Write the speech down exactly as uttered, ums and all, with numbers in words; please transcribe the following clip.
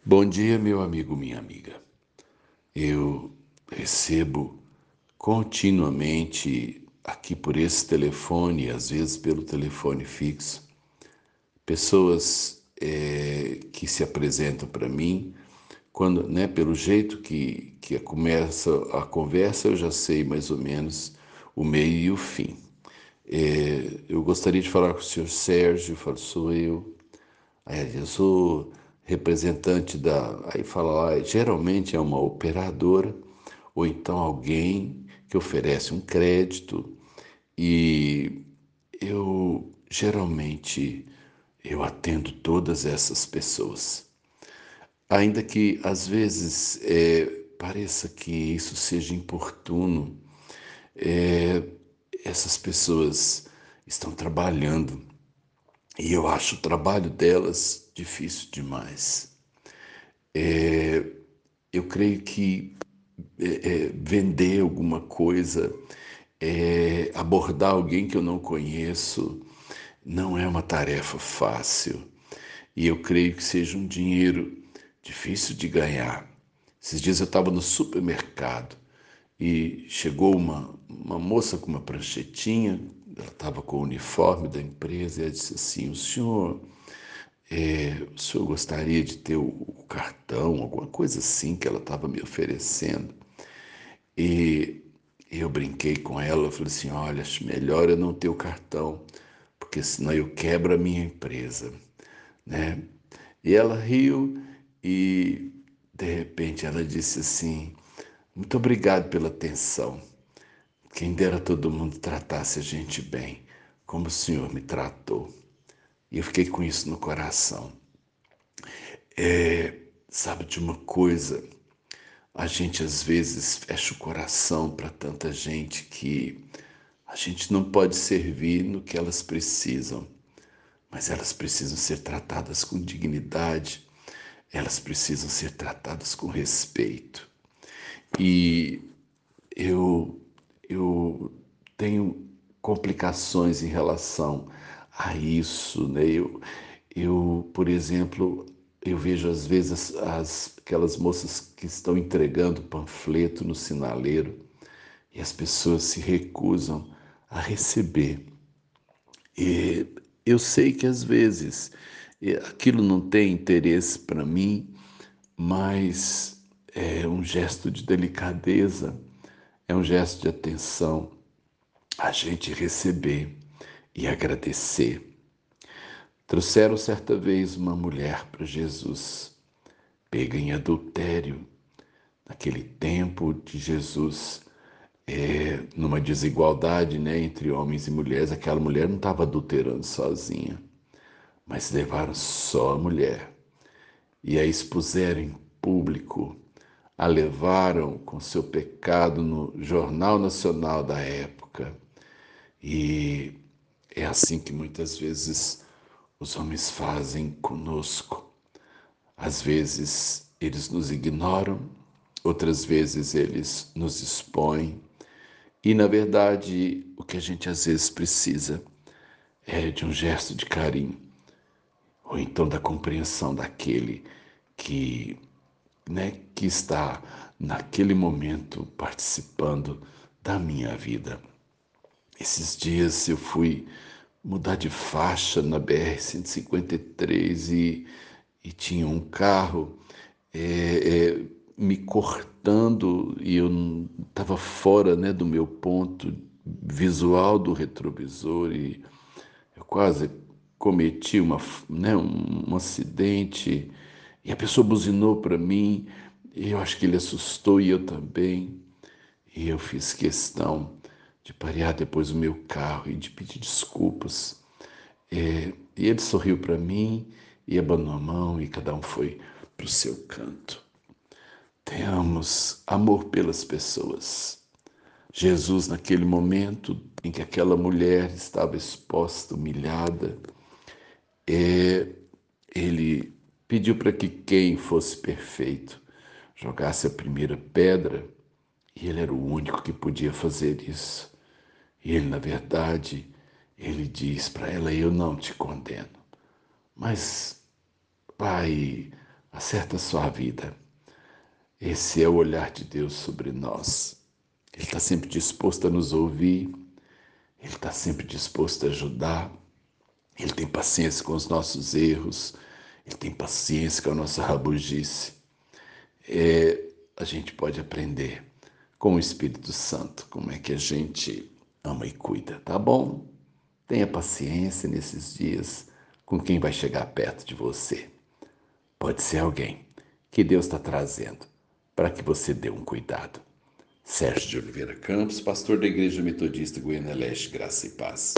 Bom dia, meu amigo, minha amiga. Eu recebo continuamente aqui por esse telefone, às vezes pelo telefone fixo, pessoas eh, que se apresentam para mim, quando, né, pelo jeito que, que começa a conversa, eu já sei mais ou menos o meio e o fim. Eh, eu gostaria de falar com o senhor Sérgio, eu falo, sou eu. Aí eu sou representante da. Aí fala lá, geralmente é uma operadora, ou então alguém que oferece um crédito, e eu geralmente eu atendo todas essas pessoas. Ainda que às vezes é, pareça que isso seja importuno, é, essas pessoas estão trabalhando e eu acho o trabalho delas difícil demais. Eu creio que é, é, vender alguma coisa, é, abordar alguém que eu não conheço, não é uma tarefa fácil. E eu creio que seja um dinheiro difícil de ganhar. Esses dias eu estava no supermercado e chegou uma, uma moça com uma pranchetinha, ela estava com o uniforme da empresa, e ela disse assim: o senhor, é, o senhor gostaria de ter o, o cartão, alguma coisa assim que ela estava me oferecendo? E eu brinquei com ela, falei assim, olha, acho melhor eu não ter o cartão, porque senão eu quebro a minha empresa, né? E ela riu e, de repente, ela disse assim, muito obrigado pela atenção. Quem dera todo mundo tratasse a gente bem, como o senhor me tratou. E eu fiquei com isso no coração. É, sabe de uma coisa? A gente às vezes fecha o coração para tanta gente que a gente não pode servir no que elas precisam, mas elas precisam ser tratadas com dignidade, elas precisam ser tratadas com respeito. E eu, eu tenho complicações em relação a isso, né? Eu, eu, por exemplo, eu vejo às vezes as, aquelas moças que estão entregando panfleto no sinaleiro e as pessoas se recusam a receber. E eu sei que às vezes aquilo não tem interesse para mim, mas é um gesto de delicadeza, é um gesto de atenção a gente receber e agradecer. Trouxeram certa vez uma mulher para Jesus, pega em adultério. Naquele tempo de Jesus, é, numa desigualdade, né, entre homens e mulheres, aquela mulher não estava adulterando sozinha, mas levaram só a mulher e a expuseram em público, a levaram com seu pecado no Jornal Nacional da época. E é assim que muitas vezes os homens fazem conosco. Às vezes eles nos ignoram, outras vezes eles nos expõem. E, na verdade, o que a gente às vezes precisa é de um gesto de carinho, ou então da compreensão daquele que, né, que está naquele momento participando da minha vida. Esses dias eu fui mudar de faixa na B R cento e cinquenta e três e, e tinha um carro é, é, me cortando e eu estava fora, né, do meu ponto visual do retrovisor e eu quase cometi uma, né, um, um acidente e a pessoa buzinou para mim e eu acho que ele assustou e eu também. E eu fiz questão de parear depois o meu carro e de pedir desculpas. É, e ele sorriu para mim e abanou a mão e cada um foi para o seu canto. Tenhamos amor pelas pessoas. Jesus, naquele momento em que aquela mulher estava exposta, humilhada, é, ele pediu para que quem fosse perfeito jogasse a primeira pedra e ele era o único que podia fazer isso. E ele, na verdade, ele diz para ela: eu não te condeno, mas vai Acerta a sua vida. Esse é o olhar de Deus sobre nós. Ele está sempre disposto a nos ouvir, Ele está sempre disposto a ajudar, Ele tem paciência com os nossos erros, Ele tem paciência com a nossa rabugice. É, a gente pode aprender com o Espírito Santo como é que a gente ama e cuida, tá bom? Tenha paciência nesses dias com quem vai chegar perto de você. Pode ser alguém que Deus está trazendo para que você dê um cuidado. Sérgio de Oliveira Campos, pastor da Igreja Metodista Goiânia Leste, Graça e Paz.